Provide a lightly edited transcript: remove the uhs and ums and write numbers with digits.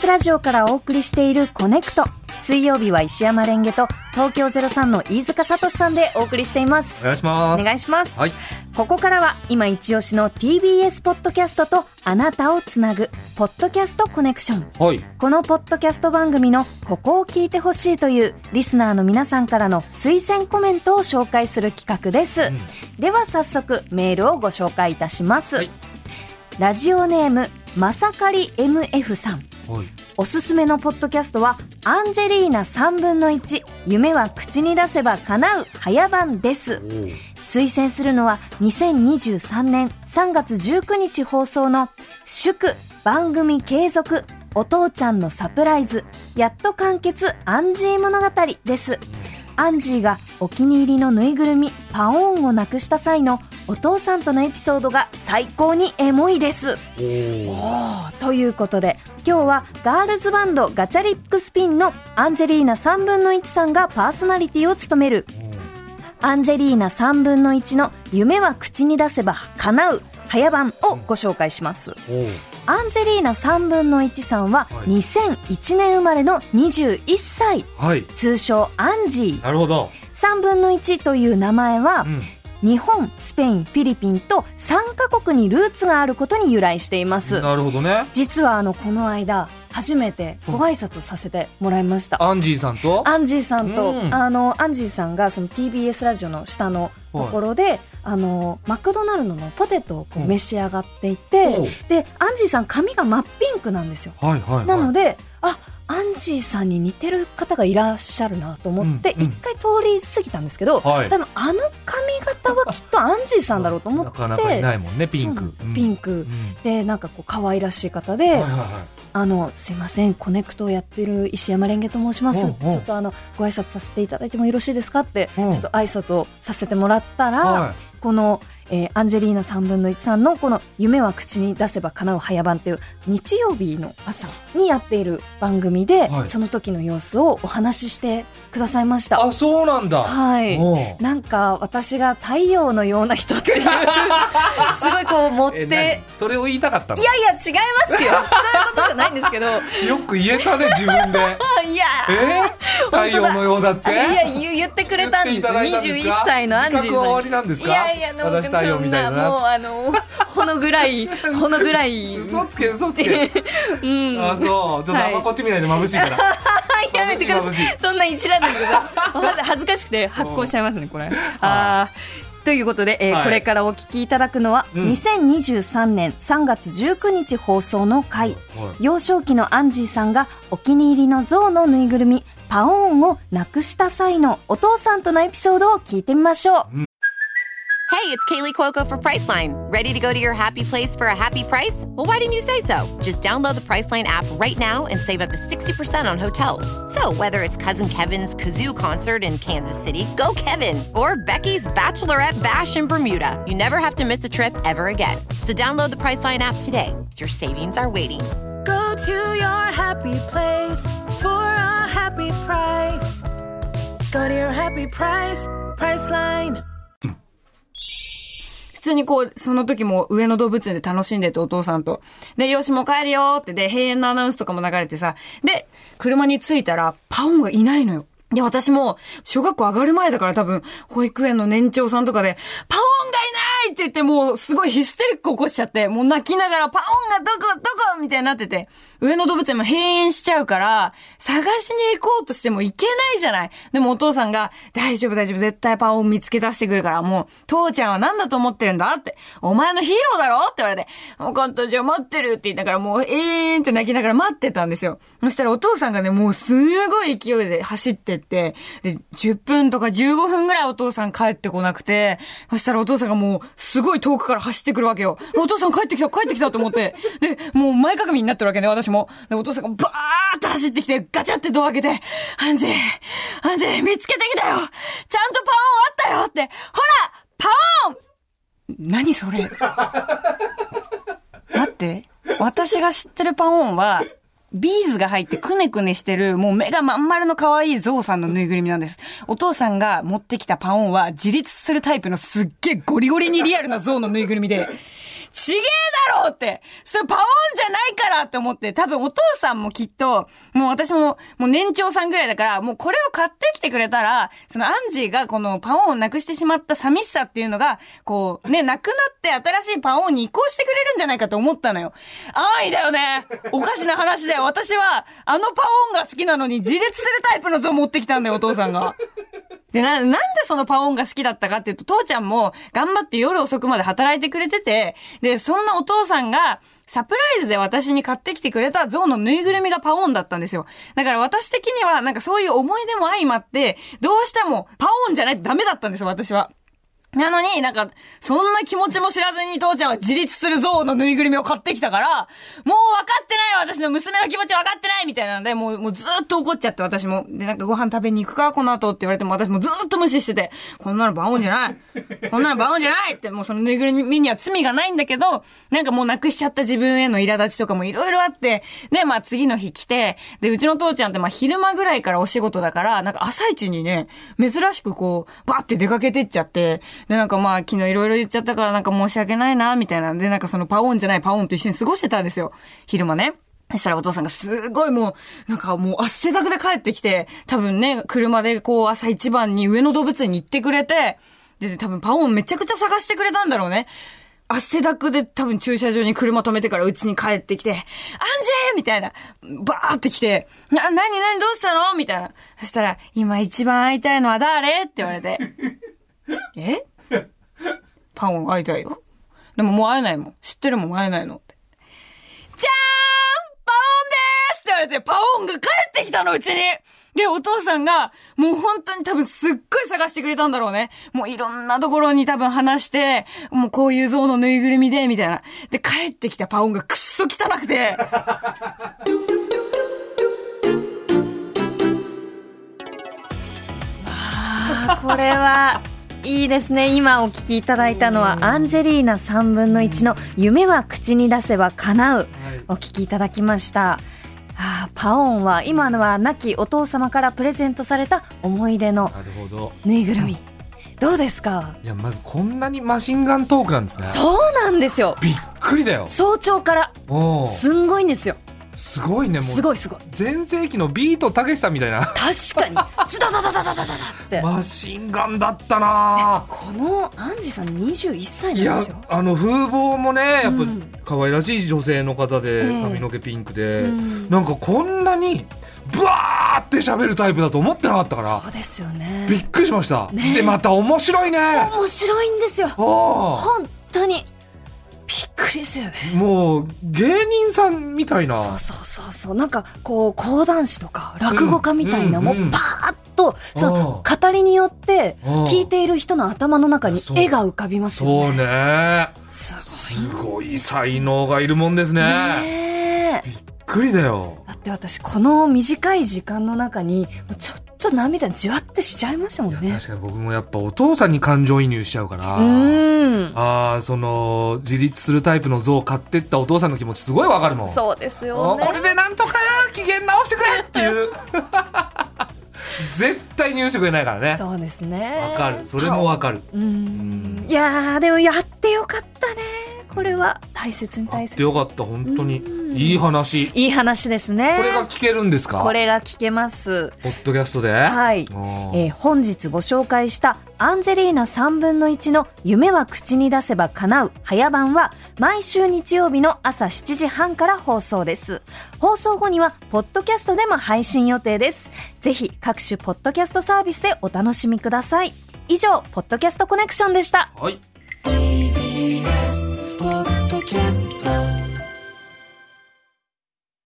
ラジオからお送りしているコネクト。水曜日は石山レンゲと東京03の飯塚聡さんでお送りしています。 お願いします。 お願いします、 はい、 ここからは今一押しの TBS ポッドキャストとあなたをつなぐポッドキャストコネクション、 はい、 このポッドキャスト番組のここを聞いてほしいというリスナーの皆さんからの推薦コメントを紹介する企画です、では早速メールをご紹介いたします、はい、ラジオネームまさかり MF さん、はい、おすすめのポッドキャストはアンジェリーナ3分の1夢は口に出せば叶う早番です。推薦するのは2023年3月19日放送の祝番組継続お父ちゃんのサプライズやっと完結アンジー物語です。アンジーがお気に入りのぬいぐるみパオーンをなくした際のお父さんとのエピソードが最高にエモいです。ということで今日はガールズバンドガチャリックスピンのアンジェリーナ3分の1さんがパーソナリティを務めるアンジェリーナ3分の1の夢は口に出せば叶う早番をご紹介します。アンジェリーナ3分の1さんは2001年生まれの21歳、はい、通称アンジー。 なるほど。 3分の1という名前は、日本、スペイン、フィリピンと3カ国にルーツがあることに由来しています。 なるほどね。 実はこの間初めてご挨拶をさせてもらいました、 アンジーさんとアンジーさんと、アンジーさんがその TBS ラジオの下のところで、マクドナルドのポテトをこう召し上がっていて、でアンジーさん髪が真っピンクなんですよ、なのでアンジーさんに似てる方がいらっしゃるなと思って一回通り過ぎたんですけど、でも髪型はきっとアンジーさんだろうと思ってなかなかいないもんね、ピンク、 ピンクでなんかこう可愛らしい方で、すいませんコネクトをやってる石山レンゲと申します、ちょっとご挨拶させていただいてもよろしいですかって、ちょっと挨拶をさせてもらったら、このアンジェリーナ3分の1さんのこの夢は口に出せば叶う早番っていう日曜日の朝にやっている番組で、その時の様子をお話ししてくださいました。 あ、そうなんだ。 はい。なんか私が太陽のような人っていうすごいこう持ってそれを言いたかったの？ いやいや違いますよそういうことじゃないんですけどよく言えたね自分でいや太陽のようだっていや言ってくれたんですよ。21歳のアンジーさん。 自覚は終わりなんですか？ いや私太陽みたいなもうほのぐらい嘘つけあ、そうちょっとあんまこっち見ないで眩しいからやめてください。そんな一覧なんだけど恥ずかしくて発光しちゃいますねこれ。ということで、これからお聞きいただくのは、2023年3月19日放送の回、幼少期のアンジーさんがお気に入りの象のぬいぐるみパオーンをなくした際のお父さんとのエピソードを聞いてみましょう。 Hey, it's Kaylee Cuoco for Priceline. Ready to go to your happy place for a happy price? Well, why didn't you say so? Just download the Priceline app right now and save up to 60% on hotels. So whether it's Cousin Kevin's Kazoo Concert in Kansas City, go Kevin, or Becky's Bachelorette Bash in Bermuda, you never have to miss a trip ever again. So download the Priceline app today. Your savings are waiting. Go to your happy place for a happy price. Go to your happy price, Priceline. 普通にこう、その時も上野動物園で楽しんでてお父さんと。で、よしもう帰るよって、で、閉園のアナウンスとかも流れてさ。で、車に着いたら、パオンがいないのよ。で、私も、小学校上がる前だから多分、保育園の年長さんとかで、パオンがいないって言って、もう、すごいヒステリック起こしちゃって、もう泣きながら、パオンがどこみたいになってて、上野動物園も閉園しちゃうから、探しに行こうとしても行けないじゃない。でもお父さんが、大丈夫、絶対パオン見つけ出してくるから、もう、父ちゃんは何だと思ってるんだって、お前のヒーローだろって言われて、分かった、じゃあ待ってるって言いながら、もう、って泣きながら待ってたんですよ。そしたらお父さんがね、もうすごい勢いで走ってって、で、10分とか15分ぐらいお父さん帰ってこなくて、そしたらお父さんがもう、すごい遠くから走ってくるわけよ。お父さん帰ってきたと思って、で、もう前かがみになってるわけね、私も。で、お父さんがバーって走ってきて、ガチャってドア開けて、アンジー、見つけてきたよ、ちゃんとパオンあったよって、ほらパオン何それ待って、私が知ってるパオンは、ビーズが入ってくねくねしてる、もう目がまん丸の可愛いゾウさんのぬいぐるみなんです。お父さんが持ってきたパオンは自立するタイプのすっげえゴリゴリにリアルなゾウのぬいぐるみで、 ちげえだろって、それパオーンじゃないからって思って、多分お父さんもきっと、もう私も年長さんぐらいだから、もうこれを買ってきてくれたら、そのアンジーがこのパオーンをなくしてしまった寂しさっていうのが、こうね、なくなって新しいパオーンに移行してくれるんじゃないかと思ったのよ。安易だよね。おかしな話だよ。私は、パオーンが好きなのに自立するタイプの像持ってきたんだよ、お父さんが。で、なんでそのパオーンが好きだったかっていうと、父ちゃんも頑張って夜遅くまで働いてくれてて、で、そんなお父さんがサプライズで私に買ってきてくれた象のぬいぐるみがパオーンだったんですよ。だから私的にはなんかそういう思い出も相まって、どうしてもパオーンじゃないとダメだったんですよ、私は。なのになんか、そんな気持ちも知らずに父ちゃんは自立する象のぬいぐるみを買ってきたから、もう分かってない私の娘の気持ち分かってないみたいなので、もうずーっと怒っちゃって私も。で、なんかご飯食べに行くかこの後って言われても私もずーっと無視してて、こんなのパオーンじゃないこんなのパオーンじゃないって、もうそのぬいぐるみには罪がないんだけど、なんかもうなくしちゃった自分への苛立ちとかもいろいろあって、で、まあ次の日来て、で、うちの父ちゃんってまあ昼間ぐらいからお仕事だから、なんか朝一にね、珍しくこう、バーって出かけてっちゃって、で、なんかまあ昨日いろいろ言っちゃったからなんか申し訳ないな、みたいなんで、なんかそのパオーンじゃないパオーンと一緒に過ごしてたんですよ。昼間ね。そしたらお父さんがすごいもう、なんかもう汗だくで帰ってきて、多分ね、車でこう朝一番に上野動物園に行ってくれて、で、多分パオーンめちゃくちゃ探してくれたんだろうね。汗だくで多分駐車場に車止めてから家に帰ってきて、アンジェーみたいな、バーって来て、何どうしたのみたいな。そしたら、今一番会いたいのは誰って言われて。えパオン会いたいよ。でももう会えないもん。知ってるもん会えないのって。じゃーんパオンでーすって言われて、パオンが帰ってきたの、うちに。で、お父さんが、もう本当に多分すっごい探してくれたんだろうね。もういろんなところに多分話して、もうこういう象のぬいぐるみで、みたいな。で、帰ってきたパオンがくっそ汚くて。 これはいいですね。今お聞きいただいたのはアンジェリーナ3分の1の夢は口に出せば叶う、お聞きいただきました。パオンは今のは亡きお父様からプレゼントされた思い出のぬいぐるみ。どうですか？ いや、まずこんなにマシンガントークなんですね。 そうなんですよ。 びっくりだよ。 早朝からすんごいんですよ。 すごいね。もうすごいすごい。 全盛期のビートたけしさんみたいな。 確かにズダダダダダダダってマシンガンだったな。 このアンジさん21歳なんですよ。 いや、風貌もね、やっぱ可愛らしい女性の方で、髪の毛ピンクで、なんかこんなにブワーって喋るタイプだと思ってなかったから。 そうですよね。 びっくりしました、ね、でまた面白いね。 面白いんですよ。本当にびっくりですよね。 もう芸人さんみたいな。 そうなんかこう講談師とか落語家みたいな、もうパーッとその語りによって聞いている人の頭の中に絵が浮かびますよね。 そうね。 すごい才能がいるもんですね。びっくりだよ。 だって私この短い時間の中にちょっと涙じわってしちゃいましたもんね。 確かに僕もやっぱお父さんに感情移入しちゃうから、その自立するタイプの像を買ってったお父さんの気持ちすごいわかるもん。 そうですよね。 これでなんとか機嫌直してくれっていう絶対に許してくれないからね。 そうですね。 わかる。それもわかる。 いやーでもやってよかったね。これは大切に大切に。 やってよかった。本当にいい話。 いい話ですね。 これが聞けるんですか？ これが聞けます。 ポッドキャストで。 はい。本日ご紹介したアンジェリーナ3分の1の夢は口に出せば叶う早番は毎週日曜日の朝7時半から放送です。放送後にはポッドキャストでも配信予定です。ぜひ各種ポッドキャストサービスでお楽しみください。以上、ポッドキャストコネクションでした。 はい。